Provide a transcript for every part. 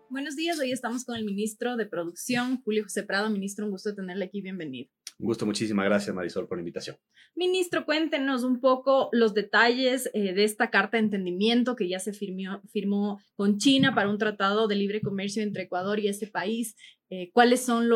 Buenos días, hoy estamos con el ministro de Producción, Julio José Prado. Ministro, un gusto tenerle aquí, bienvenido. Un gusto, muchísimas gracias, Marisol, por la invitación. Ministro, cuéntenos un poco los detalles de esta carta de entendimiento que ya se firmó con China para un tratado de libre comercio entre Ecuador y ese país. ¿Cuáles son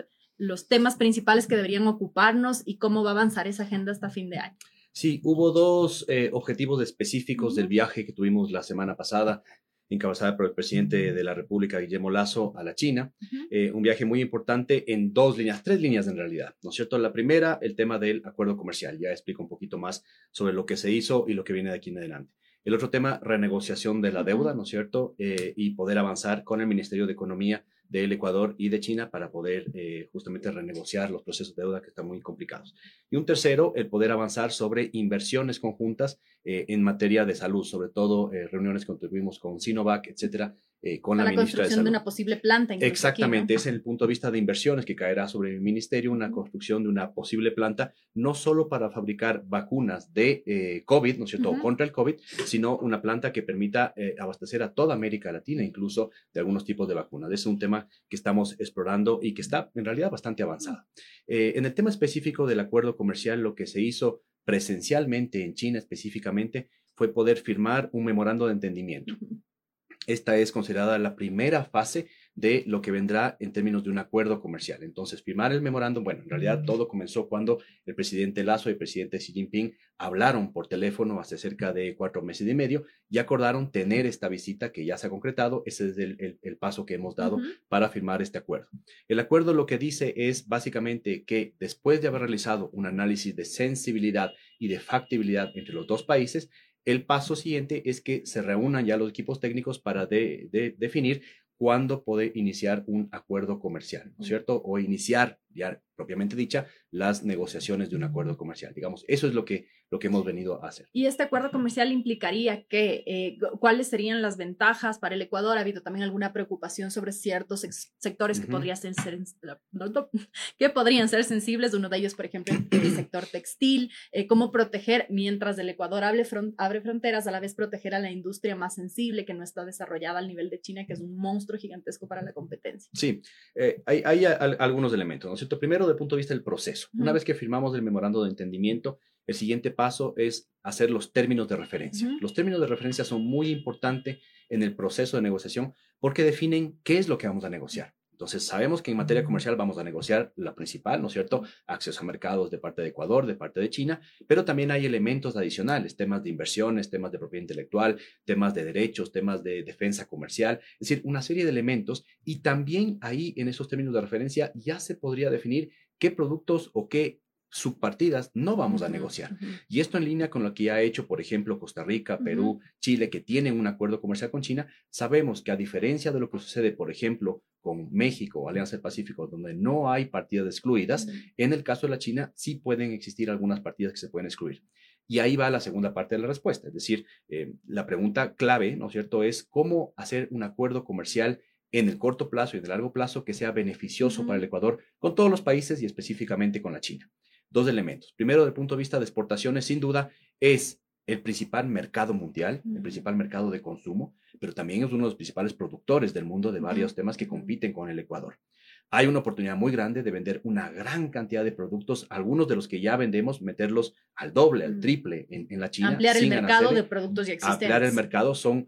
los temas principales que deberían ocuparnos y cómo va a avanzar esa agenda hasta fin de año? Sí, hubo dos objetivos específicos del viaje que tuvimos la semana pasada, encabezada por el presidente de la República, Guillermo Lasso, a la China. Un viaje muy importante en dos líneas, tres líneas en realidad, ¿no es cierto? La primera, el tema del acuerdo comercial. Ya explico un poquito más sobre lo que se hizo y lo que viene de aquí en adelante. El otro tema, renegociación de la deuda, ¿no es cierto? Y poder avanzar con el Ministerio de Economía del Ecuador y de China para poder justamente renegociar los procesos de deuda que están muy complicados. Y un tercero, el poder avanzar sobre inversiones conjuntas en materia de salud, sobre todo reuniones que tuvimos con Sinovac, etcétera, con la ministra de Salud. La construcción de una posible planta. Exactamente, aquí, ¿no? es el punto de vista de inversiones que caerá sobre el ministerio, una construcción de una posible planta, no solo para fabricar vacunas de COVID, ¿no es cierto?, o contra el COVID, sino una planta que permita abastecer a toda América Latina, incluso de algunos tipos de vacunas. Es un tema que estamos explorando y que está en realidad bastante avanzado. En el tema específico del acuerdo comercial, lo que se hizo presencialmente en China específicamente fue poder firmar un memorando de entendimiento. Esta es considerada la primera fase de lo que vendrá en términos de un acuerdo comercial. Entonces, firmar el memorándum, bueno, en realidad todo comenzó cuando el presidente Lasso y el presidente Xi Jinping hablaron por teléfono hace cerca de 4 meses y medio y acordaron tener esta visita que ya se ha concretado. Ese es el paso que hemos dado para firmar este acuerdo. El acuerdo lo que dice es básicamente que después de haber realizado un análisis de sensibilidad y de factibilidad entre los dos países, el paso siguiente es que se reúnan ya los equipos técnicos para definir cuándo puede iniciar un acuerdo comercial, ¿no es cierto? O iniciar, ya propiamente dicha, las negociaciones de un acuerdo comercial. Digamos, eso es lo que hemos venido a hacer. ¿Y este acuerdo comercial implicaría que cuáles serían las ventajas para el Ecuador? ¿Ha habido también alguna preocupación sobre ciertos sectores que podrían ser sensibles? Uno de ellos, por ejemplo, el sector textil. ¿Cómo proteger mientras el Ecuador abre fronteras, a la vez proteger a la industria más sensible que no está desarrollada al nivel de China, que es un monstruo gigantesco para la competencia? Sí, hay algunos elementos, ¿no es cierto? Primero, desde el punto de vista del proceso. Una vez que firmamos el memorando de entendimiento, el siguiente paso es hacer los términos de referencia. Los términos de referencia son muy importantes en el proceso de negociación porque definen qué es lo que vamos a negociar. Entonces, sabemos que en materia comercial vamos a negociar la principal, ¿no es cierto? Acceso a mercados de parte de Ecuador, de parte de China, pero también hay elementos adicionales, temas de inversiones, temas de propiedad intelectual, temas de derechos, temas de defensa comercial, es decir, una serie de elementos. Y también ahí en esos términos de referencia ya se podría definir qué productos o qué subpartidas no vamos a negociar. Y esto en línea con lo que ya ha hecho, por ejemplo, Costa Rica, Perú, Chile, que tienen un acuerdo comercial con China. Sabemos que a diferencia de lo que sucede, por ejemplo, con México o Alianza del Pacífico, donde no hay partidas excluidas, en el caso de la China sí pueden existir algunas partidas que se pueden excluir. Y ahí va la segunda parte de la respuesta, es decir, la pregunta clave, ¿no es cierto?, es cómo hacer un acuerdo comercial en el corto plazo y en el largo plazo que sea beneficioso para el Ecuador con todos los países y específicamente con la China. Dos elementos. Primero, desde el punto de vista de exportaciones, sin duda, es el principal mercado mundial, el principal mercado de consumo, pero también es uno de los principales productores del mundo de varios temas que compiten con el Ecuador. Hay una oportunidad muy grande de vender una gran cantidad de productos, algunos de los que ya vendemos, meterlos al doble, al triple en la China. Ampliar el mercado de productos ya existentes. Ampliar el mercado, son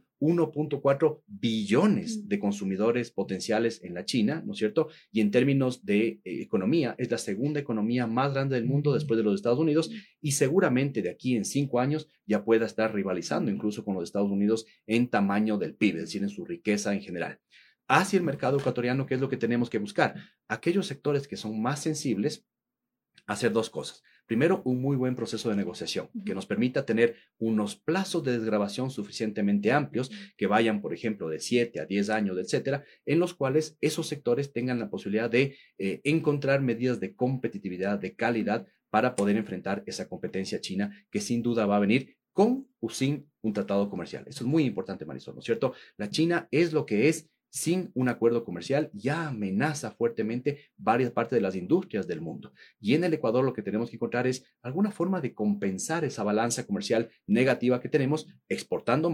1.4 billones de consumidores potenciales en la China, ¿no es cierto? Y en términos de economía, es la segunda economía más grande del mundo después de los Estados Unidos y seguramente de aquí en 5 años ya pueda estar rivalizando incluso con los Estados Unidos en tamaño del PIB, es decir, en su riqueza en general. Hacia el mercado ecuatoriano, ¿qué es lo que tenemos que buscar? Aquellos sectores que son más sensibles, hacer dos cosas. Primero, un muy buen proceso de negociación que nos permita tener unos plazos de desgravación suficientemente amplios que vayan, por ejemplo, de 7 a 10 años, etcétera, en los cuales esos sectores tengan la posibilidad de encontrar medidas de competitividad, de calidad para poder enfrentar esa competencia china que sin duda va a venir con o sin un tratado comercial. Eso es muy importante, Marisol, ¿no es cierto? La China es lo que es. Sin un acuerdo comercial ya amenaza fuertemente varias partes de las industrias del mundo. Y en el Ecuador lo que tenemos que encontrar es alguna forma de compensar esa balanza comercial negativa que tenemos exportando más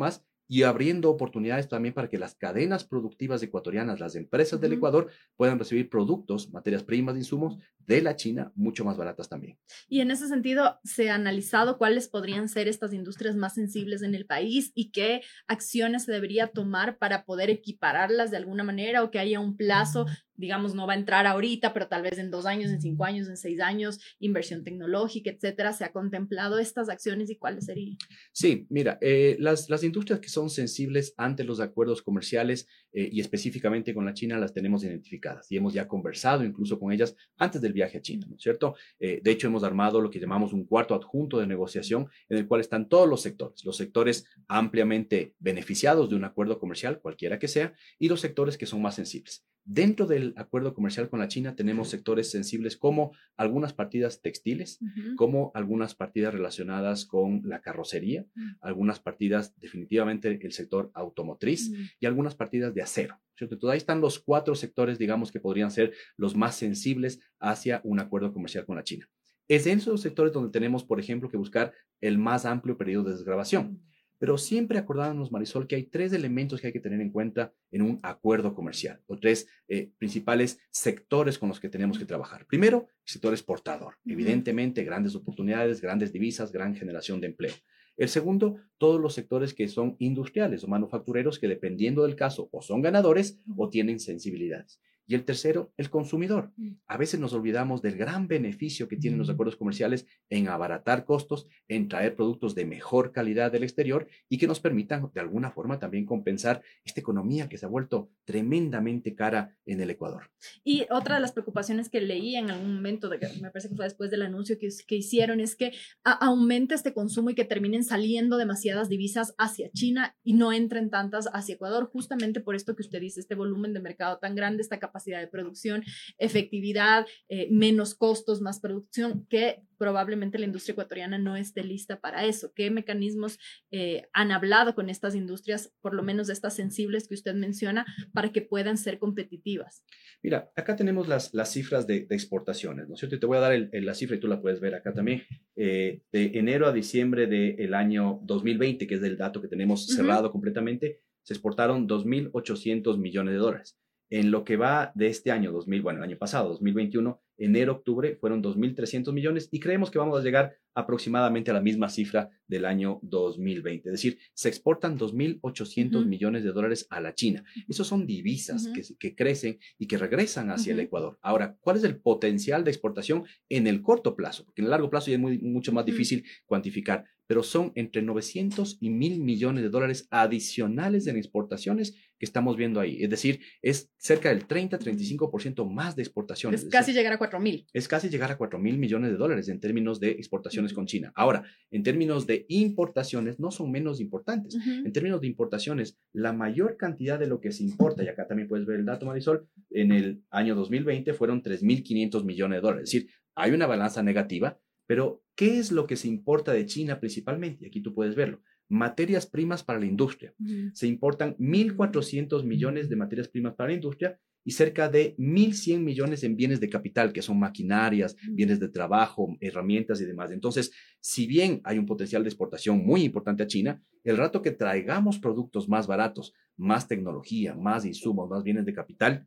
y abriendo oportunidades también para que las cadenas productivas ecuatorianas, las empresas del Ecuador, puedan recibir productos, materias primas, insumos de la China mucho más baratas también. Y en ese sentido, ¿se ha analizado cuáles podrían ser estas industrias más sensibles en el país y qué acciones se debería tomar para poder equipararlas de alguna manera o que haya un plazo? Digamos, no va a entrar ahorita, pero tal vez en 2 años, en 5 años, en 6 años, inversión tecnológica, etcétera. ¿Se ha contemplado estas acciones y cuáles serían? Sí, mira, las industrias que son sensibles ante los acuerdos comerciales y específicamente con la China las tenemos identificadas y hemos ya conversado incluso con ellas antes del viaje a China, ¿no es cierto? De hecho, hemos armado lo que llamamos un cuarto adjunto de negociación en el cual están todos los sectores ampliamente beneficiados de un acuerdo comercial, cualquiera que sea, y los sectores que son más sensibles. Dentro del acuerdo comercial con la China tenemos sectores sensibles como algunas partidas textiles, como algunas partidas relacionadas con la carrocería, algunas partidas definitivamente el sector automotriz y algunas partidas de acero, ¿cierto? Entonces ahí están los 4 sectores, digamos, que podrían ser los más sensibles hacia un acuerdo comercial con la China. Es en esos sectores donde tenemos, por ejemplo, que buscar el más amplio periodo de desgravación. Pero siempre acordándonos, Marisol, que hay 3 elementos que hay que tener en cuenta en un acuerdo comercial, o 3 principales sectores con los que tenemos que trabajar. Primero, el sector exportador. Evidentemente, grandes oportunidades, grandes divisas, gran generación de empleo. El segundo, todos los sectores que son industriales o manufactureros que dependiendo del caso o son ganadores o tienen sensibilidades. Y el tercero, el consumidor. A veces nos olvidamos del gran beneficio que tienen los acuerdos comerciales en abaratar costos, en traer productos de mejor calidad del exterior y que nos permitan de alguna forma también compensar esta economía que se ha vuelto tremendamente cara en el Ecuador. Y otra de las preocupaciones que leí en algún momento, me parece que fue después del anuncio que hicieron, es que aumente este consumo y que terminen saliendo demasiadas divisas hacia China y no entren tantas hacia Ecuador, justamente por esto que usted dice, este volumen de mercado tan grande, esta capacidad de producción, efectividad, menos costos, más producción, que probablemente la industria ecuatoriana no esté lista para eso. ¿Qué mecanismos han hablado con estas industrias, por lo menos estas sensibles que usted menciona, para que puedan ser competitivas? Mira, acá tenemos las cifras de exportaciones, ¿no es cierto? Y te voy a dar la cifra y tú la puedes ver acá también. De enero a diciembre del año 2020, que es el dato que tenemos cerrado completamente, se exportaron 2.800 millones de dólares. En lo que va de este año, el año pasado, 2021, enero-octubre, fueron 2.300 millones y creemos que vamos a llegar aproximadamente a la misma cifra del año 2020. Es decir, se exportan 2.800 millones de dólares a la China. Esos son divisas que crecen y que regresan hacia el Ecuador. Ahora, ¿cuál es el potencial de exportación en el corto plazo? Porque en el largo plazo ya es mucho más difícil cuantificar, pero son entre 900 y 1.000 millones de dólares adicionales en exportaciones que estamos viendo ahí. Es decir, es cerca del 30-35% más de exportaciones. Es casi llegar a 4.000. Es casi llegar a 4.000 millones de dólares en términos de exportaciones con China. Ahora, en términos de importaciones, no son menos importantes. En términos de importaciones, la mayor cantidad de lo que se importa, y acá también puedes ver el dato, Marisol, en el año 2020 fueron 3.500 millones de dólares. Es decir, hay una balanza negativa, pero ¿qué es lo que se importa de China principalmente? Y aquí tú puedes verlo. Materias primas para la industria. Se importan 1.400 millones de materias primas para la industria y cerca de 1.100 millones en bienes de capital, que son maquinarias, bienes de trabajo, herramientas y demás. Entonces, si bien hay un potencial de exportación muy importante a China, el rato que traigamos productos más baratos, más tecnología, más insumos, más bienes de capital,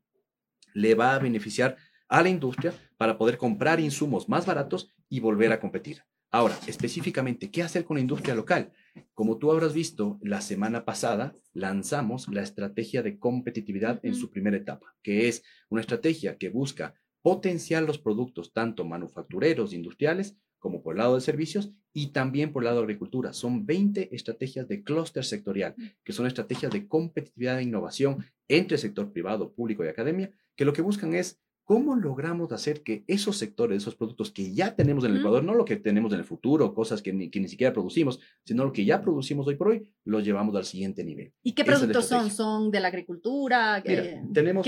le va a beneficiar a la industria para poder comprar insumos más baratos y volver a competir. Ahora, específicamente, ¿qué hacer con la industria local? Como tú habrás visto, la semana pasada lanzamos la estrategia de competitividad en su primera etapa, que es una estrategia que busca potenciar los productos tanto manufactureros, industriales, como por el lado de servicios y también por el lado de agricultura. Son 20 estrategias de clúster sectorial, que son estrategias de competitividad e innovación entre sector privado, público y academia, que lo que buscan es ¿cómo logramos hacer que esos sectores, esos productos que ya tenemos en el Ecuador, no lo que tenemos en el futuro, cosas que ni siquiera producimos, sino lo que ya producimos hoy por hoy, los llevamos al siguiente nivel? ¿Y qué productos son? ¿Son de la agricultura? Mira,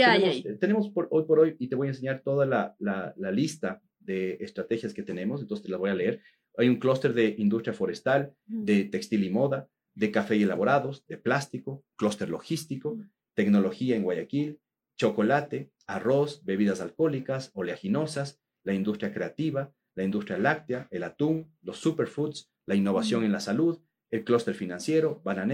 tenemos hoy por hoy, y te voy a enseñar toda la lista de estrategias que tenemos, entonces te la voy a leer. Hay un clúster de industria forestal, de textil y moda, de café y elaborados, de plástico, clúster logístico, tecnología en Guayaquil, chocolate, arroz, bebidas alcohólicas, oleaginosas, la industria creativa, la industria láctea, el atún, los superfoods, la innovación en la salud, el clúster financiero, bananero,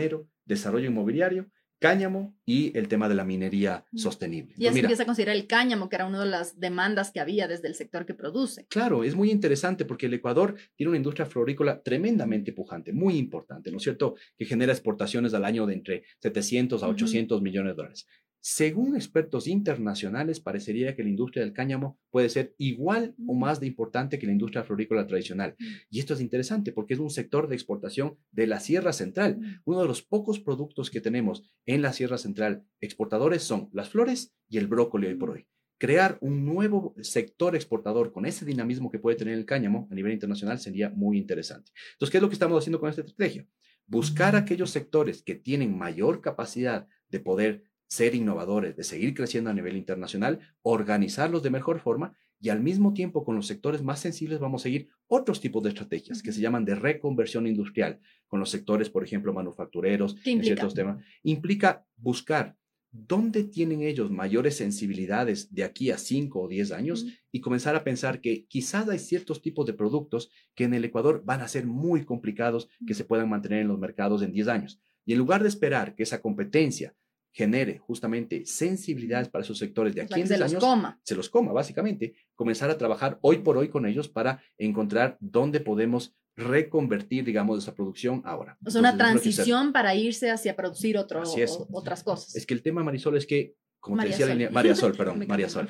desarrollo inmobiliario, cáñamo y el tema de la minería sostenible. Y así empieza a considerar el cáñamo, que era una de las demandas que había desde el sector que produce. Claro, es muy interesante porque el Ecuador tiene una industria florícola tremendamente pujante, muy importante, ¿no es cierto? Que genera exportaciones al año de entre 700 a 800 millones de dólares. Según expertos internacionales, parecería que la industria del cáñamo puede ser igual o más de importante que la industria florícola tradicional. Y esto es interesante porque es un sector de exportación de la Sierra Central. Uno de los pocos productos que tenemos en la Sierra Central exportadores son las flores y el brócoli hoy por hoy. Crear un nuevo sector exportador con ese dinamismo que puede tener el cáñamo a nivel internacional sería muy interesante. Entonces, ¿qué es lo que estamos haciendo con esta estrategia? Buscar aquellos sectores que tienen mayor capacidad de poder ser innovadores, de seguir creciendo a nivel internacional, organizarlos de mejor forma y al mismo tiempo con los sectores más sensibles vamos a seguir otros tipos de estrategias que se llaman de reconversión industrial, con los sectores, por ejemplo, manufactureros, en ciertos temas. Implica buscar dónde tienen ellos mayores sensibilidades de aquí a 5 o 10 años y comenzar a pensar que quizás hay ciertos tipos de productos que en el Ecuador van a ser muy complicados que se puedan mantener en los mercados en 10 años. Y en lugar de esperar que esa competencia genere justamente sensibilidades para esos sectores de aquí en 10 años, se los coma, básicamente, comenzar a trabajar hoy por hoy con ellos para encontrar dónde podemos reconvertir, digamos, esa producción ahora. O sea, una transición para irse hacia producir otras cosas. Es que el tema, Marisol, es que, como te decía, María Sol, perdón, María Sol.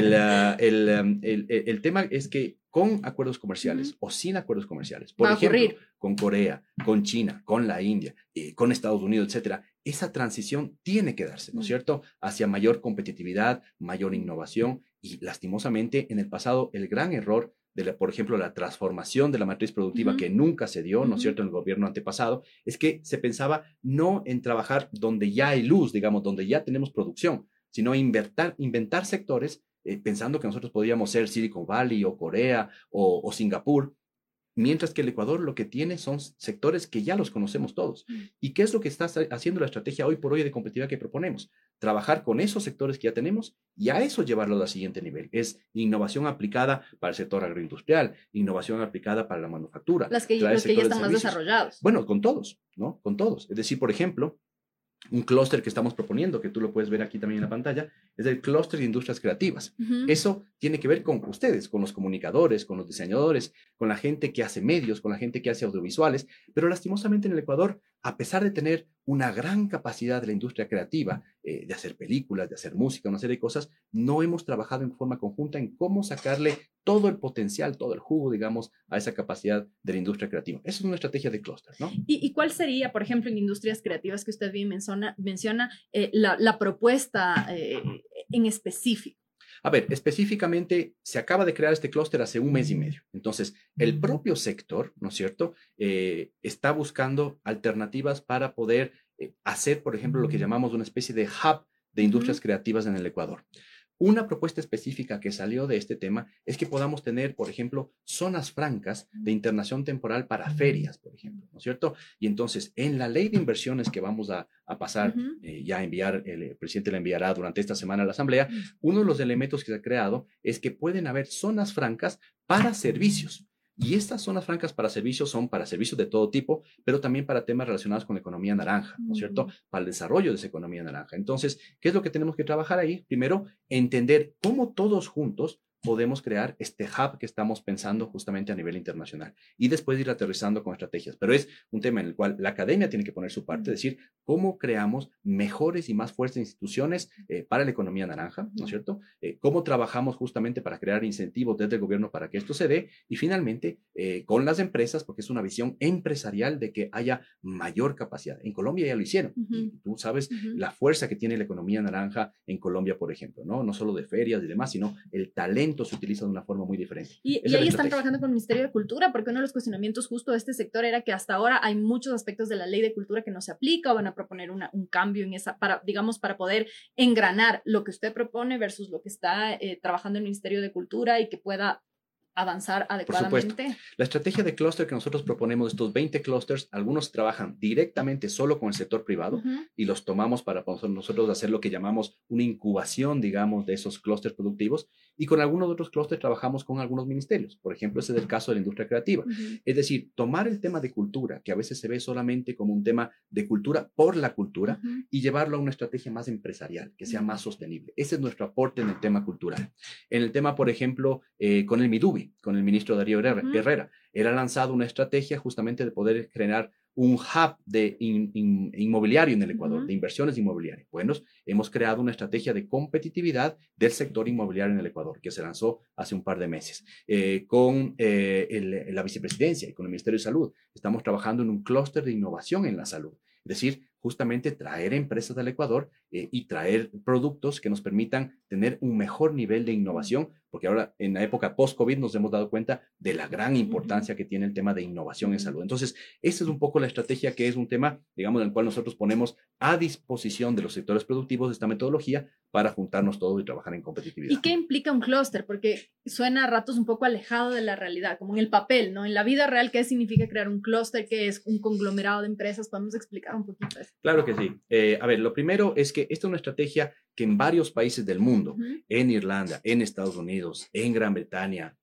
El tema es que con acuerdos comerciales o sin acuerdos comerciales, por ejemplo, con Corea, con China, con la India, con Estados Unidos, etcétera, esa transición tiene que darse, ¿no es cierto?, hacia mayor competitividad, mayor innovación y, lastimosamente, en el pasado, el gran error por ejemplo, la transformación de la matriz productiva que nunca se dio, ¿no es cierto?, en el gobierno antepasado, es que se pensaba no en trabajar donde ya hay luz, digamos, donde ya tenemos producción, sino inventar sectores pensando que nosotros podíamos ser Silicon Valley o Corea o Singapur, mientras que el Ecuador lo que tiene son sectores que ya los conocemos todos. ¿Y qué es lo que está haciendo la estrategia hoy por hoy de competitividad que proponemos? Trabajar con esos sectores que ya tenemos y a eso llevarlo al siguiente nivel. Es innovación aplicada para el sector agroindustrial, innovación aplicada para la manufactura. Los que ya están más desarrollados. Bueno, con todos, ¿no? Con todos. Es decir, por ejemplo, un clúster que estamos proponiendo, que tú lo puedes ver aquí también en la pantalla, es el clúster de industrias creativas. Eso tiene que ver con ustedes, con los comunicadores, con los diseñadores, con la gente que hace medios, con la gente que hace audiovisuales, pero lastimosamente en el Ecuador, a pesar de tener una gran capacidad de la industria creativa, de hacer películas, de hacer música, una serie de cosas, no hemos trabajado en forma conjunta en cómo sacarle todo el potencial, todo el jugo, digamos, a esa capacidad de la industria creativa. Esa es una estrategia de clúster, ¿no? ¿Y cuál sería, por ejemplo, en industrias creativas que usted bien menciona la propuesta en específico? A ver, específicamente se acaba de crear este clúster hace un mes y medio. Entonces, el propio sector, ¿no es cierto?, está buscando alternativas para poder hacer, por ejemplo, lo que llamamos una especie de hub de industrias creativas en el Ecuador. Una propuesta específica que salió de este tema es que podamos tener, por ejemplo, zonas francas de internación temporal para ferias, por ejemplo, ¿no es cierto? Y entonces, en la ley de inversiones que vamos a pasar, ya a enviar, el presidente la enviará durante esta semana a la Asamblea, uno de los elementos que se ha creado es que pueden haber zonas francas para servicios. Y estas zonas francas para servicios son para servicios de todo tipo, pero también para temas relacionados con la economía naranja, ¿no es cierto? Para el desarrollo de esa economía naranja. Entonces, ¿qué es lo que tenemos que trabajar ahí? Primero, entender cómo todos juntos podemos crear este hub que estamos pensando justamente a nivel internacional y después ir aterrizando con estrategias. Pero es un tema en el cual la academia tiene que poner su parte, es decir, cómo creamos mejores y más fuertes instituciones para la economía naranja, ¿no es cierto? Cómo trabajamos justamente para crear incentivos desde el gobierno para que esto se dé y finalmente con las empresas, porque es una visión empresarial de que haya mayor capacidad. En Colombia ya lo hicieron. Y tú sabes la fuerza que tiene la economía naranja en Colombia, por ejemplo, ¿no? No solo de ferias y demás, sino el talento se utiliza de una forma muy diferente. Y ahí están trabajando con el Ministerio de Cultura, porque uno de los cuestionamientos justo de este sector era que hasta ahora hay muchos aspectos de la ley de cultura que no se aplica o van a proponer un cambio en esa, para poder engranar lo que usted propone versus lo que está trabajando el Ministerio de Cultura y que pueda avanzar Por supuesto. adecuadamente. La estrategia de clúster que nosotros proponemos, estos 20 clústeres, algunos trabajan directamente solo con el sector privado y los tomamos para nosotros hacer lo que llamamos una incubación, digamos, de esos clústeres productivos, y con algunos otros clústeres trabajamos con algunos ministerios. Por ejemplo, ese es el caso de la industria creativa. Es decir, tomar el tema de cultura, que a veces se ve solamente como un tema de cultura por la cultura, y llevarlo a una estrategia más empresarial, que sea más sostenible. Ese es nuestro aporte en el tema cultural. En el tema, por ejemplo, con el MIDUBI, con el ministro Darío Herrera, era lanzado una estrategia justamente de poder generar un hub de inmobiliario en el Ecuador, de inversiones inmobiliarias. Bueno, hemos creado una estrategia de competitividad del sector inmobiliario en el Ecuador, que se lanzó hace un par de meses. Con la vicepresidencia y con el Ministerio de Salud, estamos trabajando en un clúster de innovación en la salud. Es decir, justamente traer empresas del Ecuador y traer productos que nos permitan tener un mejor nivel de innovación, porque ahora en la época post-COVID nos hemos dado cuenta de la gran importancia que tiene el tema de innovación en salud. Entonces, esa es un poco la estrategia, que es un tema, digamos, en el cual nosotros ponemos a disposición de los sectores productivos esta metodología para juntarnos todos y trabajar en competitividad. ¿Y qué implica un clúster? Porque suena a ratos un poco alejado de la realidad, como en el papel, ¿no? En la vida real, ¿qué significa crear un clúster? ¿Qué es un conglomerado de empresas? ¿Podemos explicar un poquito eso? Claro que sí. A ver, lo primero es que esta es una estrategia que en varios países del mundo, en Irlanda, en Estados Unidos, en Gran Bretaña,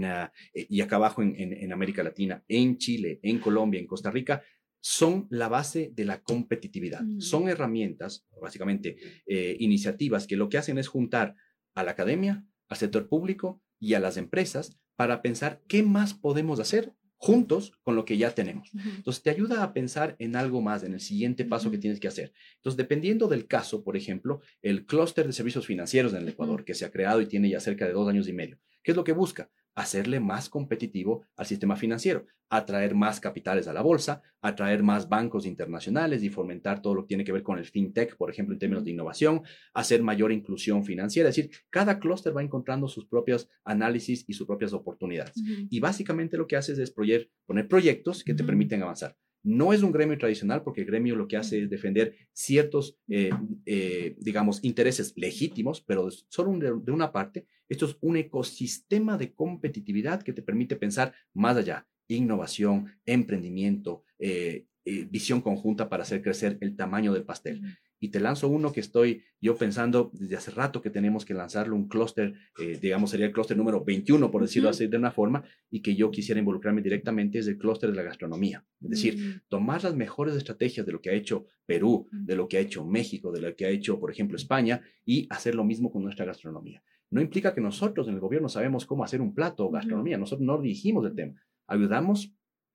y acá abajo en América Latina, en Chile, en Colombia, en Costa Rica, son la base de la competitividad. Son herramientas, básicamente iniciativas, que lo que hacen es juntar a la academia, al sector público y a las empresas para pensar qué más podemos hacer juntos con lo que ya tenemos. Entonces, te ayuda a pensar en algo más, en el siguiente paso que tienes que hacer. Entonces, dependiendo del caso, por ejemplo, el clúster de servicios financieros en el Ecuador, que se ha creado y tiene ya cerca de 2 años y medio, ¿qué es lo que busca? Hacerle más competitivo al sistema financiero, atraer más capitales a la bolsa, atraer más bancos internacionales y fomentar todo lo que tiene que ver con el fintech, por ejemplo, en términos de innovación, hacer mayor inclusión financiera. Es decir, cada clúster va encontrando sus propios análisis y sus propias oportunidades. Y básicamente lo que haces es poner proyectos que te permiten avanzar. No es un gremio tradicional, porque el gremio lo que hace es defender ciertos, digamos, intereses legítimos, pero solo de una parte. Esto es un ecosistema de competitividad que te permite pensar más allá. Innovación, emprendimiento, visión conjunta para hacer crecer el tamaño del pastel. Y te lanzo uno que estoy yo pensando desde hace rato que tenemos que lanzarlo, un clúster, digamos, sería el clúster número 21, por decirlo así de una forma, y que yo quisiera involucrarme directamente, es el clúster de la gastronomía. Es decir, tomar las mejores estrategias de lo que ha hecho Perú, de lo que ha hecho México, de lo que ha hecho, por ejemplo, España, y hacer lo mismo con nuestra gastronomía. No implica que nosotros en el gobierno sabemos cómo hacer un plato o gastronomía, nosotros no dirigimos el tema, ayudamos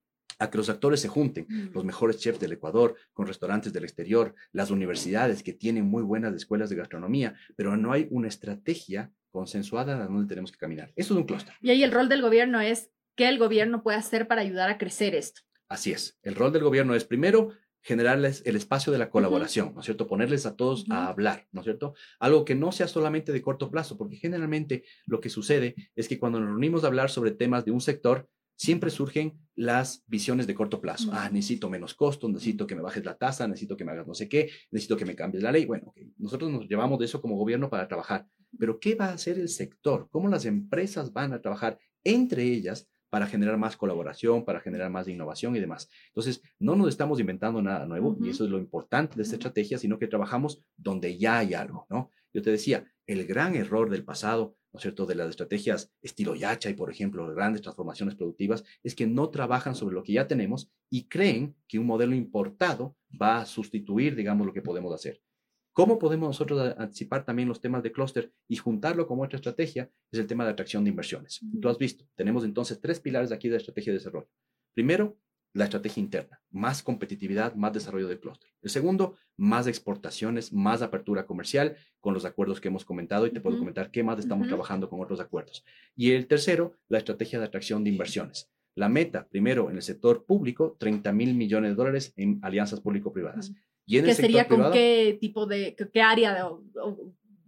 a que los actores se junten, los mejores chefs del Ecuador, con restaurantes del exterior, las universidades que tienen muy buenas escuelas de gastronomía, pero no hay una estrategia consensuada a dónde tenemos que caminar. Eso es un clúster. Y ahí el rol del gobierno es qué el gobierno puede hacer para ayudar a crecer esto. Así es. El rol del gobierno es, primero, generarles el espacio de la colaboración, ¿no es cierto? Ponerles a todos a hablar, ¿no es cierto? Algo que no sea solamente de corto plazo, porque generalmente lo que sucede es que cuando nos reunimos a hablar sobre temas de un sector, siempre surgen las visiones de corto plazo. Necesito menos costos, necesito que me bajes la tasa, necesito que me hagas no sé qué, necesito que me cambies la ley. Bueno, okay, nosotros nos llevamos de eso como gobierno para trabajar. Pero ¿qué va a hacer el sector? ¿Cómo las empresas van a trabajar entre ellas para generar más colaboración, para generar más innovación y demás? Entonces, no nos estamos inventando nada nuevo, y eso es lo importante de esta estrategia, sino que trabajamos donde ya hay algo, ¿no? Yo te decía, el gran error del pasado, ¿no es cierto?, de las estrategias estilo Yachay, por ejemplo, de grandes transformaciones productivas, es que no trabajan sobre lo que ya tenemos y creen que un modelo importado va a sustituir, digamos, lo que podemos hacer. ¿Cómo podemos nosotros anticipar también los temas de clúster y juntarlo con otra estrategia? Es el tema de atracción de inversiones. Tú has visto, tenemos entonces 3 pilares aquí de estrategia de desarrollo. Primero, la estrategia interna, más competitividad, más desarrollo del clúster. El segundo, más exportaciones, más apertura comercial con los acuerdos que hemos comentado, y te puedo comentar qué más estamos trabajando con otros acuerdos. Y el tercero, la estrategia de atracción de inversiones. La meta, primero, en el sector público, $30,000 millones en alianzas público-privadas. Y en ¿Qué el sector sería privado, con qué tipo de, qué área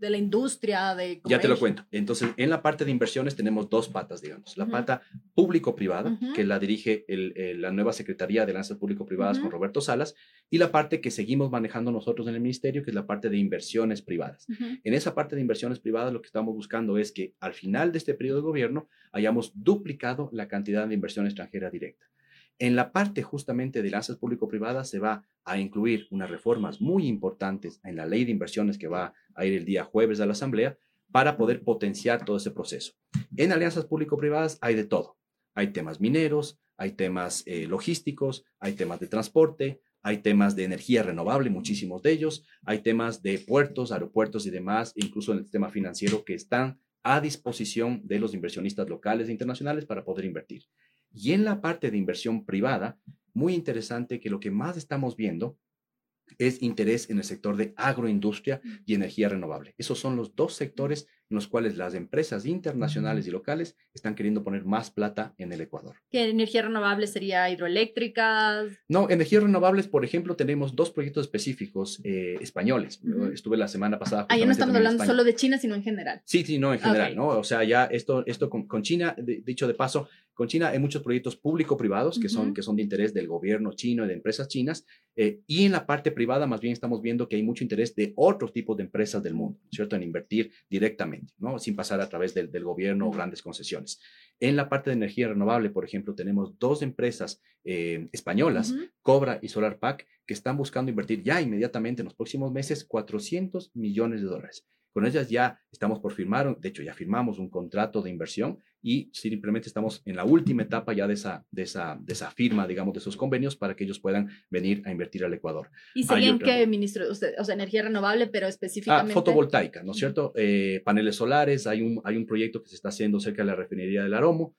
de la industria, de Ya te lo comercio. cuento. Entonces, en la parte de inversiones tenemos dos patas, digamos. La pata público-privada, que la dirige la nueva Secretaría de Alianzas Público-Privadas con Roberto Salas, y la parte que seguimos manejando nosotros en el ministerio, que es la parte de inversiones privadas. En esa parte de inversiones privadas, lo que estamos buscando es que al final de este periodo de gobierno hayamos duplicado la cantidad de inversión extranjera directa. En la parte justamente de alianzas público-privadas se va a incluir unas reformas muy importantes en la ley de inversiones que va a ir el día jueves a la Asamblea para poder potenciar todo ese proceso. En alianzas público-privadas hay de todo. Hay temas mineros, hay temas logísticos, hay temas de transporte, hay temas de energía renovable, muchísimos de ellos, hay temas de puertos, aeropuertos y demás, incluso en el tema financiero que están a disposición de los inversionistas locales e internacionales para poder invertir. Y en la parte de inversión privada, muy interesante que lo que más estamos viendo es interés en el sector de agroindustria y energía renovable. Esos son los dos sectores en los cuales las empresas internacionales y locales están queriendo poner más plata en el Ecuador. ¿Qué energía renovable sería? ¿Hidroeléctricas? No, energías renovables, por ejemplo, tenemos dos proyectos específicos españoles. Estuve la semana pasada. Ahí no estamos hablando solo de China, sino en general. Sí, sí, no, en general, ¿no? O sea, ya esto con China, dicho de paso, con China hay muchos proyectos público-privados que son de interés del gobierno chino y de empresas chinas. Y en la parte privada, más bien estamos viendo que hay mucho interés de otros tipos de empresas del mundo, ¿cierto? En invertir directamente, ¿no? Sin pasar a través del gobierno o grandes concesiones. En la parte de energía renovable, por ejemplo, tenemos dos empresas españolas, Cobra y SolarPack, que están buscando invertir ya inmediatamente en los próximos meses $400 millones. Con ellas ya estamos por firmar, de hecho ya firmamos un contrato de inversión y simplemente estamos en la última etapa ya de esa firma, digamos, de esos convenios para que ellos puedan venir a invertir al Ecuador. ¿Y serían qué, ministro? Usted, o sea, energía renovable, pero específicamente... Fotovoltaica, ¿no es cierto? Paneles solares, hay un proyecto que se está haciendo cerca de la refinería del Aromo,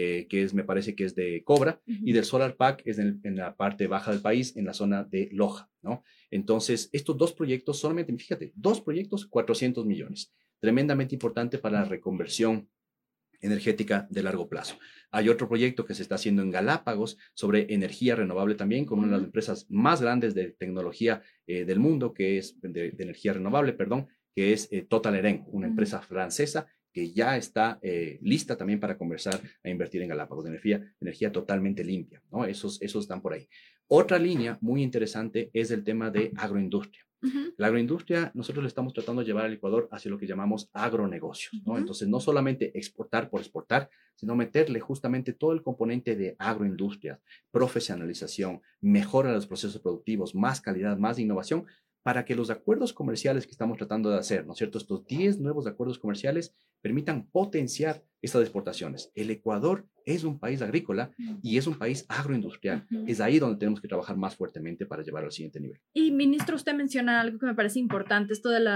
me parece que es de Cobra, y del SolarPack es en la parte baja del país, en la zona de Loja, ¿no? Entonces, estos dos proyectos, solamente, fíjate, dos proyectos, 400 millones. Tremendamente importante para la reconversión energética de largo plazo. Hay otro proyecto que se está haciendo en Galápagos sobre energía renovable también, con una de las empresas más grandes de tecnología del mundo, que es de energía renovable, perdón, que es Total Eren, una empresa francesa que ya está lista también para conversar a invertir en Galápagos, de energía totalmente limpia, ¿no? Esos están por ahí. Otra línea muy interesante es el tema de agroindustria. La agroindustria, nosotros le estamos tratando de llevar al Ecuador hacia lo que llamamos agronegocios, ¿no? Entonces, no solamente exportar por exportar, sino meterle justamente todo el componente de agroindustria, profesionalización, mejora de los procesos productivos, más calidad, más innovación, para que los acuerdos comerciales que estamos tratando de hacer, ¿no es cierto? Estos 10 nuevos acuerdos comerciales permitan potenciar estas exportaciones. El Ecuador es un país agrícola y es un país agroindustrial. Es ahí donde tenemos que trabajar más fuertemente para llevarlo al siguiente nivel. Y, ministro, usted menciona algo que me parece importante, esto de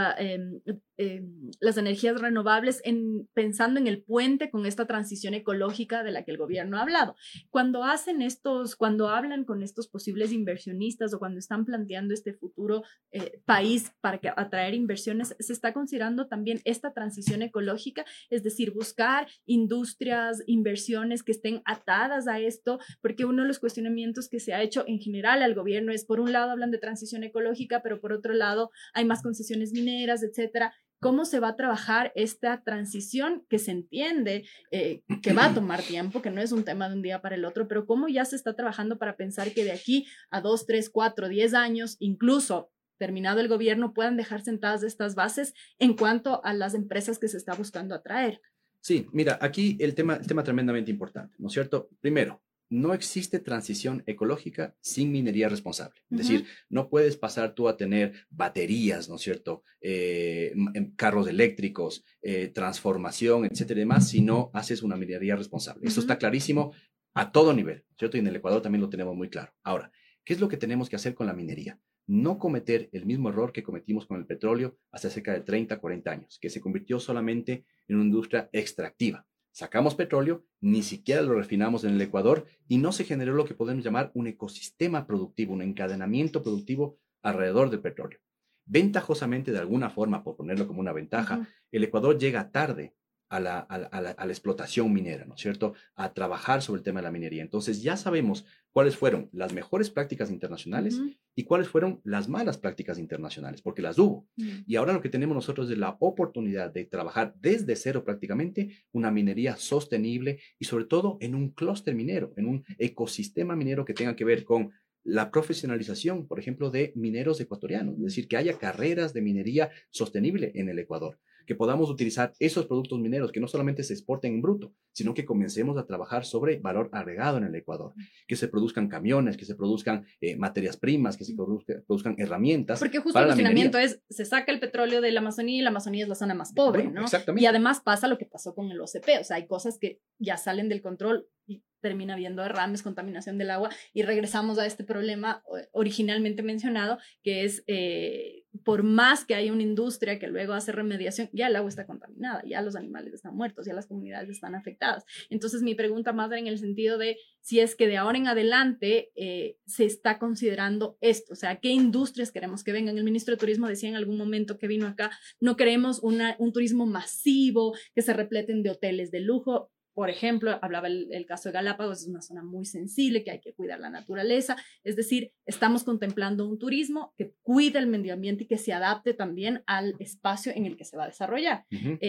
las energías renovables, pensando en el puente con esta transición ecológica de la que el gobierno ha hablado. Cuando hablan con estos posibles inversionistas o cuando están planteando este futuro país para atraer inversiones, se está considerando también esta transición ecológica, es decir, buscar industrias, inversiones que estén atadas a esto, porque uno de los cuestionamientos que se ha hecho en general al gobierno es, por un lado, hablan de transición ecológica, pero por otro lado, hay más concesiones mineras, etcétera. ¿Cómo se va a trabajar esta transición que se entiende que va a tomar tiempo, que no es un tema de un día para el otro, pero cómo ya se está trabajando para pensar que de aquí a 2, 3, 4, 10 años, incluso terminado el gobierno, puedan dejar sentadas estas bases en cuanto a las empresas que se está buscando atraer? Sí, mira, aquí el tema tremendamente importante, ¿no es cierto? Primero, no existe transición ecológica sin minería responsable. Es decir, no puedes pasar tú a tener baterías, ¿no es cierto? Carros eléctricos, transformación, etcétera y demás, si no haces una minería responsable. Eso está clarísimo a todo nivel, ¿cierto? Y en el Ecuador también lo tenemos muy claro. Ahora, ¿qué es lo que tenemos que hacer con la minería? No cometer el mismo error que cometimos con el petróleo hace cerca de 30, 40 años, que se convirtió solamente en una industria extractiva. Sacamos petróleo, ni siquiera lo refinamos en el Ecuador y no se generó lo que podemos llamar un ecosistema productivo, un encadenamiento productivo alrededor del petróleo. Ventajosamente, de alguna forma, por ponerlo como una ventaja, el Ecuador llega tarde a la explotación minera, ¿no es cierto? A trabajar sobre el tema de la minería. Entonces ya sabemos cuáles fueron las mejores prácticas internacionales y cuáles fueron las malas prácticas internacionales, porque las hubo. Y ahora lo que tenemos nosotros es la oportunidad de trabajar desde cero prácticamente una minería sostenible y sobre todo en un clúster minero, en un ecosistema minero que tenga que ver con la profesionalización, por ejemplo, de mineros ecuatorianos, es decir, que haya carreras de minería sostenible en el Ecuador, que podamos utilizar esos productos mineros que no solamente se exporten en bruto, sino que comencemos a trabajar sobre valor agregado en el Ecuador, que se produzcan camiones, que se produzcan materias primas, que se produzcan herramientas. Porque justo para el la cuestionamiento minería. es, se saca el petróleo de la Amazonía y la Amazonía es la zona más pobre, Bueno, ¿no? exactamente. Y además pasa lo que pasó con el OCP, o sea, hay cosas que ya salen del control y termina habiendo derrames, contaminación del agua y regresamos a este problema originalmente mencionado, que es por más que haya una industria que luego hace remediación, ya el agua está contaminada, ya los animales están muertos, ya las comunidades están afectadas. Entonces mi pregunta más era en el sentido de si es que de ahora en adelante se está considerando esto, o sea, qué industrias queremos que vengan. El ministro de Turismo decía en algún momento que vino acá, no queremos un turismo masivo, que se repleten de hoteles de lujo. Por ejemplo, hablaba el caso de Galápagos, es una zona muy sensible, que hay que cuidar la naturaleza. Es decir, estamos contemplando un turismo que cuide el medio ambiente y que se adapte también al espacio en el que se va a desarrollar.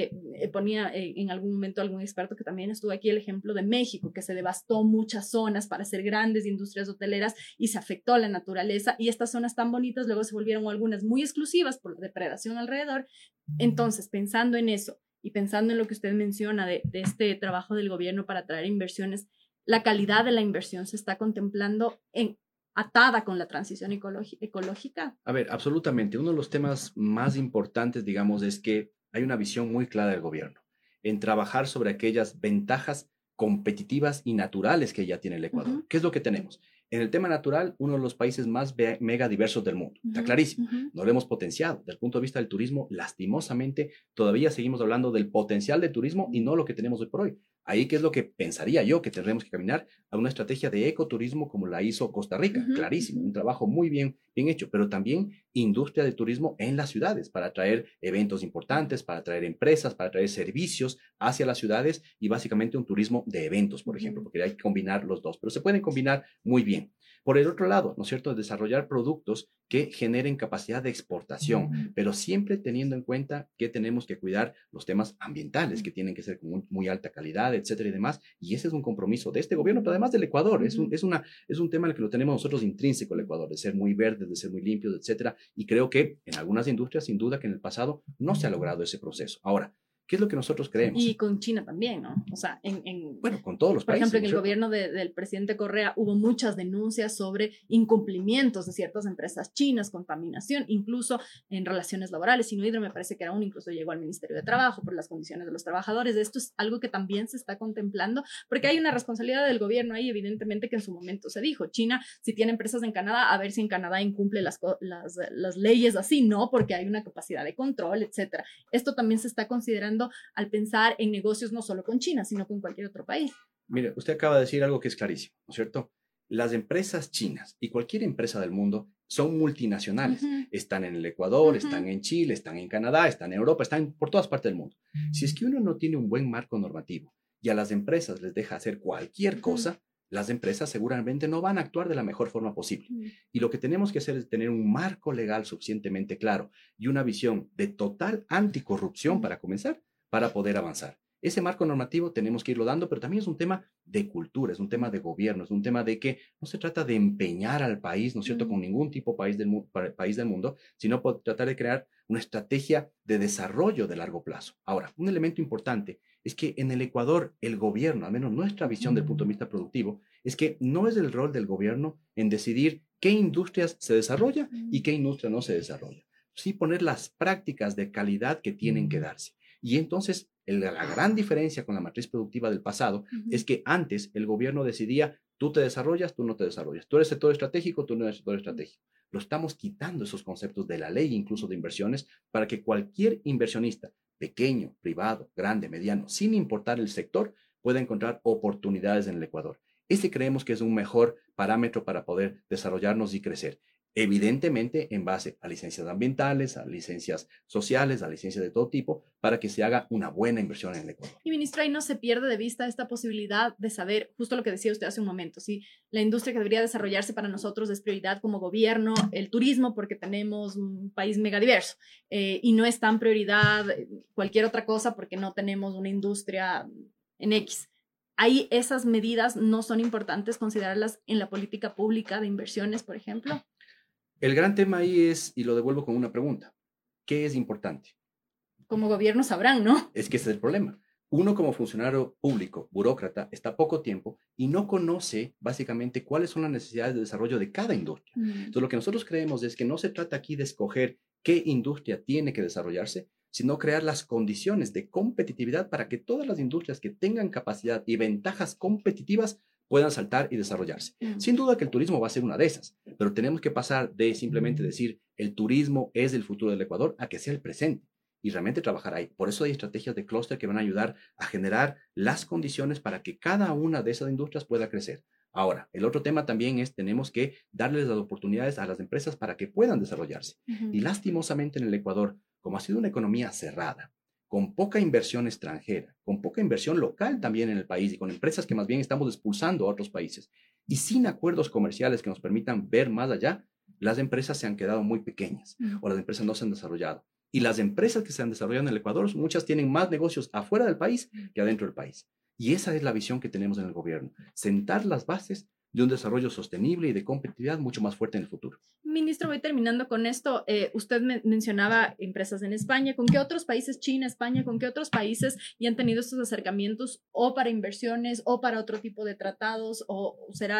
Ponía en algún momento algún experto que también estuvo aquí el ejemplo de México, que se devastó muchas zonas para hacer grandes industrias hoteleras y se afectó a la naturaleza. Y estas zonas tan bonitas luego se volvieron algunas muy exclusivas por la depredación alrededor. Entonces, pensando en eso, y pensando en lo que usted menciona de este trabajo del gobierno para atraer inversiones, la calidad de la inversión se está contemplando atada con la transición ecológica. A ver, absolutamente. Uno de los temas más importantes, digamos, es que hay una visión muy clara del gobierno en trabajar sobre aquellas ventajas competitivas y naturales que ya tiene el Ecuador. ¿Qué es lo que tenemos? En el tema natural, uno de los países más mega diversos del mundo. Está clarísimo. No lo hemos potenciado. Desde el punto de vista del turismo, lastimosamente, todavía seguimos hablando del potencial de turismo y no lo que tenemos hoy por hoy. Ahí, ¿qué es lo que pensaría yo? Que tendremos que caminar a una estrategia de ecoturismo como la hizo Costa Rica. Clarísimo. Un trabajo muy bien hecho, pero también industria de turismo en las ciudades para atraer eventos importantes, para atraer empresas, para atraer servicios hacia las ciudades y básicamente un turismo de eventos, por ejemplo, porque hay que combinar los dos, pero se pueden combinar muy bien. Por el otro lado, ¿no es cierto?, desarrollar productos que generen capacidad de exportación, pero siempre teniendo en cuenta que tenemos que cuidar los temas ambientales, que tienen que ser con muy alta calidad, etcétera y demás, y ese es un compromiso de este gobierno, pero además del Ecuador, es un tema en el que lo tenemos nosotros intrínseco el Ecuador, de ser muy verde, de ser muy limpios, etcétera, y creo que en algunas industrias, sin duda que en el pasado no se ha logrado ese proceso. Ahora, ¿qué es lo que nosotros creemos? Y con China también, ¿no? O sea, bueno, con todos los por países. Por ejemplo, en el gobierno del presidente Correa hubo muchas denuncias sobre incumplimientos de ciertas empresas chinas, contaminación, incluso en relaciones laborales. Sinuhidro me parece que era incluso llegó al Ministerio de Trabajo por las condiciones de los trabajadores. Esto es algo que también se está contemplando, porque hay una responsabilidad del gobierno ahí, evidentemente, que en su momento se dijo. China, si tiene empresas en Canadá, a ver si en Canadá incumple las leyes así, ¿no? Porque hay una capacidad de control, etcétera. Esto también se está considerando al pensar en negocios no solo con China, sino con cualquier otro país. Mire, usted acaba de decir algo que es clarísimo, ¿no es cierto? Las empresas chinas y cualquier empresa del mundo son multinacionales. Están en el Ecuador, están en Chile, están en Canadá, están en Europa, están por todas partes del mundo. Si es que uno no tiene un buen marco normativo y a las empresas les deja hacer cualquier cosa, las empresas seguramente no van a actuar de la mejor forma posible. Y lo que tenemos que hacer es tener un marco legal suficientemente claro y una visión de total anticorrupción para comenzar, para poder avanzar. Ese marco normativo tenemos que irlo dando, pero también es un tema de cultura, es un tema de gobierno, es un tema de que no se trata de empeñar al país, ¿no es cierto?, con ningún tipo de país del mundo, sino por tratar de crear una estrategia de desarrollo de largo plazo. Ahora, un elemento importante es que en el Ecuador el gobierno, al menos nuestra visión del punto de vista productivo, es que no es el rol del gobierno en decidir qué industrias se desarrolla y qué industria no se desarrolla. Sí poner las prácticas de calidad que tienen que darse. Y entonces, la gran diferencia con la matriz productiva del pasado es que antes el gobierno decidía, tú te desarrollas, tú no te desarrollas. Tú eres sector estratégico, tú no eres sector estratégico. Lo estamos quitando esos conceptos de la ley, incluso de inversiones, para que cualquier inversionista, pequeño, privado, grande, mediano, sin importar el sector, pueda encontrar oportunidades en el Ecuador. Ese creemos que es un mejor parámetro para poder desarrollarnos y crecer. evidentemente en base a licencias ambientales, a licencias sociales, a licencias de todo tipo, para que se haga una buena inversión en el Ecuador. Y ministro, ahí no se pierde de vista esta posibilidad de saber, justo lo que decía usted hace un momento, si la industria que debería desarrollarse para nosotros es prioridad como gobierno, el turismo, porque tenemos un país megadiverso, y no es tan prioridad cualquier otra cosa porque no tenemos una industria en X. Ahí esas medidas no son importantes considerarlas en la política pública de inversiones, por ejemplo. El gran tema ahí es, y lo devuelvo con una pregunta, ¿qué es importante? Como gobierno sabrán, ¿no? Es que ese es el problema. Uno como funcionario público, burócrata, está poco tiempo y no conoce básicamente cuáles son las necesidades de desarrollo de cada industria. Entonces, lo que nosotros creemos es que no se trata aquí de escoger qué industria tiene que desarrollarse, sino crear las condiciones de competitividad para que todas las industrias que tengan capacidad y ventajas competitivas puedan saltar y desarrollarse. Sin duda que el turismo va a ser una de esas, pero tenemos que pasar de simplemente decir el turismo es el futuro del Ecuador a que sea el presente y realmente trabajar ahí. Por eso hay estrategias de clúster que van a ayudar a generar las condiciones para que cada una de esas industrias pueda crecer. Ahora, el otro tema también es tenemos que darles las oportunidades a las empresas para que puedan desarrollarse. Y lastimosamente en el Ecuador, como ha sido una economía cerrada, con poca inversión extranjera, con poca inversión local también en el país y con empresas que más bien estamos expulsando a otros países y sin acuerdos comerciales que nos permitan ver más allá, las empresas se han quedado muy pequeñas o las empresas no se han desarrollado. Y las empresas que se han desarrollado en el Ecuador, muchas tienen más negocios afuera del país que adentro del país. Y esa es la visión que tenemos en el gobierno, sentar las bases de un desarrollo sostenible y de competitividad mucho más fuerte en el futuro. Ministro, voy terminando con esto. Usted mencionaba empresas en España. ¿Con qué otros países, China, España, con qué otros países ya han tenido estos acercamientos o para inversiones o para otro tipo de tratados? ¿O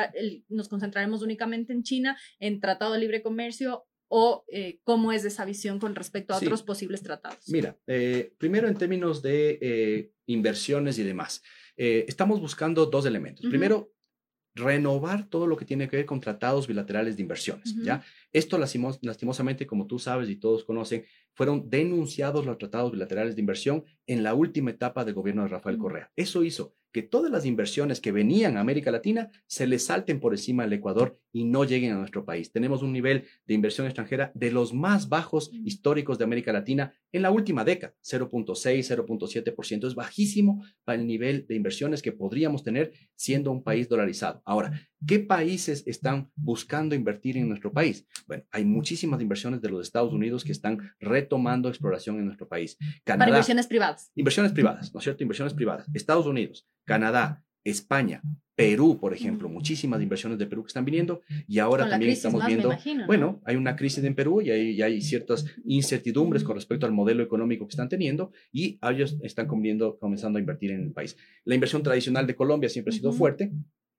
nos concentraremos únicamente en China, en tratado de libre comercio? ¿O cómo es esa visión con respecto a otros posibles tratados? Mira, primero en términos de inversiones y demás, estamos buscando dos elementos. Primero, renovar todo lo que tiene que ver con tratados bilaterales de inversiones, ¿ya? Esto lastimosamente, como tú sabes y todos conocen, fueron denunciados los tratados bilaterales de inversión en la última etapa del gobierno de Rafael Correa. Eso hizo que todas las inversiones que venían a América Latina se les salten por encima del Ecuador y no lleguen a nuestro país. Tenemos un nivel de inversión extranjera de los más bajos históricos de América Latina en la última década, 0.6, 0.7%. Es bajísimo para el nivel de inversiones que podríamos tener siendo un país dolarizado. Ahora, ¿qué países están buscando invertir en nuestro país? Bueno, hay muchísimas inversiones de los Estados Unidos que están retomando exploración en nuestro país. Canadá, para inversiones privadas. Inversiones privadas, ¿no es cierto? Inversiones privadas. Estados Unidos, Canadá, España, Perú, por ejemplo, muchísimas inversiones de Perú que están viniendo y ahora también estamos viendo, imagino, ¿no? Bueno, hay una crisis en Perú y hay ciertas incertidumbres con respecto al modelo económico que están teniendo y ellos están comenzando a invertir en el país. La inversión tradicional de Colombia siempre ha sido fuerte.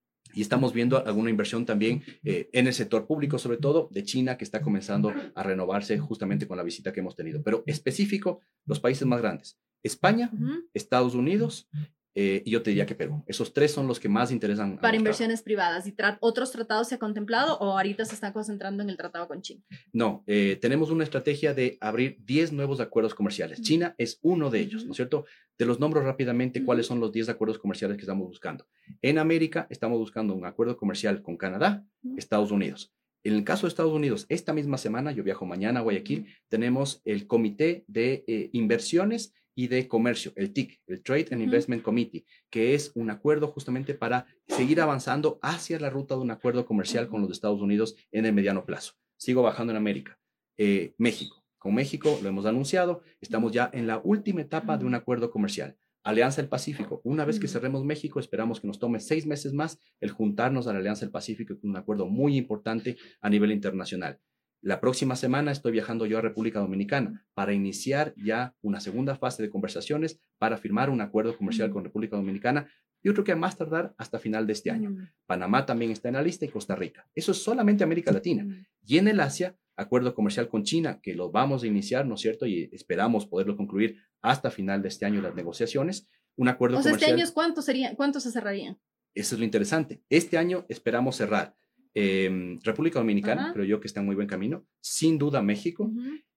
Y estamos viendo alguna inversión también en el sector público, sobre todo de China, que está comenzando a renovarse justamente con la visita que hemos tenido. Pero específico, los países más grandes, España, Estados Unidos y yo te diría que Perú. Esos tres son los que más interesan. Para inversiones privadas. ¿Y otros tratados se ha contemplado o ahorita se está concentrando en el tratado con China? No, tenemos una estrategia de abrir 10 nuevos acuerdos comerciales. China es uno de ellos, ¿no es cierto? Te los nombro rápidamente cuáles son los 10 acuerdos comerciales que estamos buscando. En América estamos buscando un acuerdo comercial con Canadá, Estados Unidos. En el caso de Estados Unidos, esta misma semana, yo viajo mañana a Guayaquil, tenemos el Comité de Inversiones y de Comercio, el TIC, el Trade and Investment Committee, que es un acuerdo justamente para seguir avanzando hacia la ruta de un acuerdo comercial con los Estados Unidos en el mediano plazo. Sigo bajando en América. México. Con México lo hemos anunciado, estamos ya en la última etapa de un acuerdo comercial. Alianza del Pacífico. Una vez que cerremos México, esperamos que nos tome 6 meses más el juntarnos a la Alianza del Pacífico con un acuerdo muy importante a nivel internacional. La próxima semana estoy viajando yo a República Dominicana para iniciar ya una segunda fase de conversaciones para firmar un acuerdo comercial con República Dominicana. Yo creo que a más tardar hasta final de este año. Panamá también está en la lista y Costa Rica. Eso es solamente América Latina. Y en el Asia, acuerdo comercial con China, que lo vamos a iniciar, ¿no es cierto? Y esperamos poderlo concluir hasta final de este año las negociaciones. Un acuerdo comercial. ¿Este año cuántos se cerrarían? Eso es lo interesante. Este año esperamos cerrar República Dominicana, creo yo que está en muy buen camino. Sin duda México.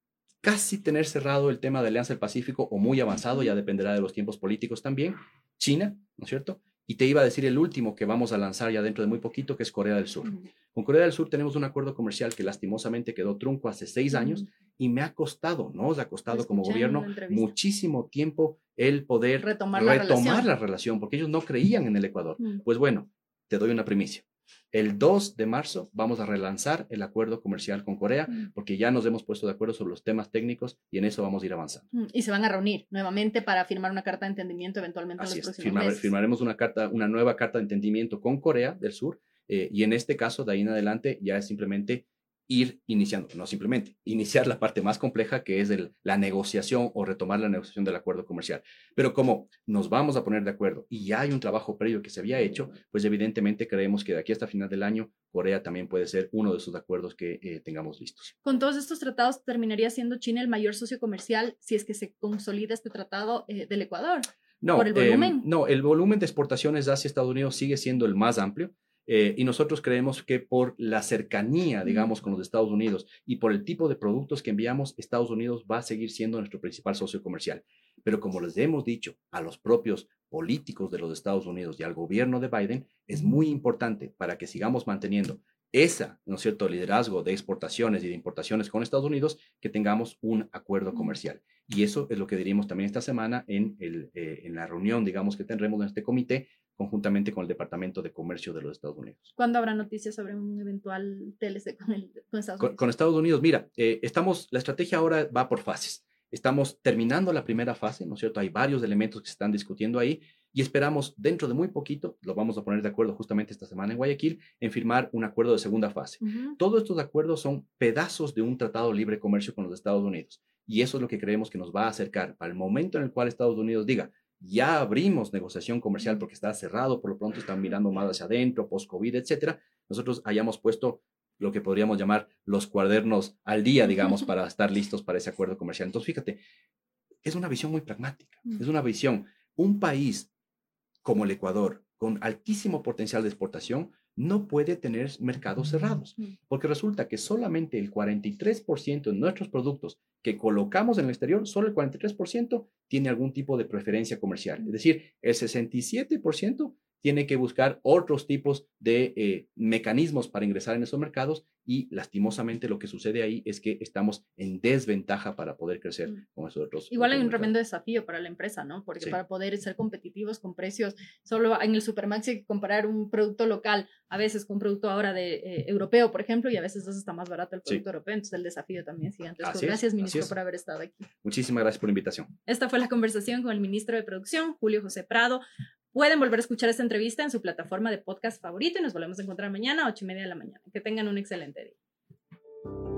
Casi tener cerrado el tema de Alianza del Pacífico o muy avanzado, ya dependerá de los tiempos políticos también. China, ¿no es cierto? Y te iba a decir el último que vamos a lanzar ya dentro de muy poquito, que es Corea del Sur. Con Corea del Sur tenemos un acuerdo comercial que lastimosamente quedó trunco hace 6 años y me ha costado, nos ha costado como gobierno muchísimo tiempo el poder retomar la relación, porque ellos no creían en el Ecuador. Pues bueno, te doy una primicia. El 2 de marzo vamos a relanzar el acuerdo comercial con Corea porque ya nos hemos puesto de acuerdo sobre los temas técnicos y en eso vamos a ir avanzando. Y se van a reunir nuevamente para firmar una carta de entendimiento eventualmente en los próximos meses. Firmaremos una nueva carta de entendimiento con Corea del Sur y en este caso, de ahí en adelante, ya es simplemente ir iniciando, no simplemente, iniciar la parte más compleja que es la negociación o retomar la negociación del acuerdo comercial. Pero como nos vamos a poner de acuerdo y ya hay un trabajo previo que se había hecho, pues evidentemente creemos que de aquí hasta final del año, Corea también puede ser uno de esos acuerdos que tengamos listos. Con todos estos tratados, ¿terminaría siendo China el mayor socio comercial si es que se consolida este tratado del Ecuador? No, ¿por el volumen? No, el volumen de exportaciones hacia Estados Unidos sigue siendo el más amplio. Y nosotros creemos que por la cercanía, digamos, con los Estados Unidos y por el tipo de productos que enviamos, Estados Unidos va a seguir siendo nuestro principal socio comercial. Pero como les hemos dicho a los propios políticos de los Estados Unidos y al gobierno de Biden, es muy importante para que sigamos manteniendo esa, ¿no es cierto?, liderazgo de exportaciones y de importaciones con Estados Unidos, que tengamos un acuerdo comercial. Y eso es lo que diríamos también esta semana en la reunión, digamos, que tendremos en este comité, conjuntamente con el Departamento de Comercio de los Estados Unidos. ¿Cuándo habrá noticias sobre un eventual TLC con Estados Unidos? Con Estados Unidos, mira, la estrategia ahora va por fases. Estamos terminando la primera fase, ¿no es cierto? Hay varios elementos que se están discutiendo ahí y esperamos dentro de muy poquito, lo vamos a poner de acuerdo justamente esta semana en Guayaquil, en firmar un acuerdo de segunda fase. Todos estos acuerdos son pedazos de un tratado de libre comercio con los Estados Unidos y eso es lo que creemos que nos va a acercar para el momento en el cual Estados Unidos diga, ya abrimos negociación comercial porque está cerrado, por lo pronto están mirando más hacia adentro, post-COVID, etcétera. Nosotros hayamos puesto lo que podríamos llamar los cuadernos al día, digamos, para estar listos para ese acuerdo comercial. Entonces, fíjate, es una visión muy pragmática, es una visión, un país como el Ecuador, con altísimo potencial de exportación, no puede tener mercados cerrados, porque resulta que solamente el 43% de nuestros productos que colocamos en el exterior, solo el 43% tiene algún tipo de preferencia comercial. Es decir, el 67% tiene que buscar otros tipos de mecanismos para ingresar en esos mercados y lastimosamente lo que sucede ahí es que estamos en desventaja para poder crecer con esos otros. Igual hay un tremendo desafío para la empresa, ¿no? Porque para poder ser competitivos con precios, solo en el Supermaxi hay que comparar un producto local, a veces con un producto ahora de europeo, por ejemplo, y a veces está más barato el producto europeo, entonces el desafío también es gigantesco. Gracias, ministro, por haber estado aquí. Muchísimas gracias por la invitación. Esta fue la conversación con el ministro de Producción, Julio José Prado. Pueden volver a escuchar esta entrevista en su plataforma de podcast favorito y nos volvemos a encontrar mañana a 8:30 de la mañana. Que tengan un excelente día.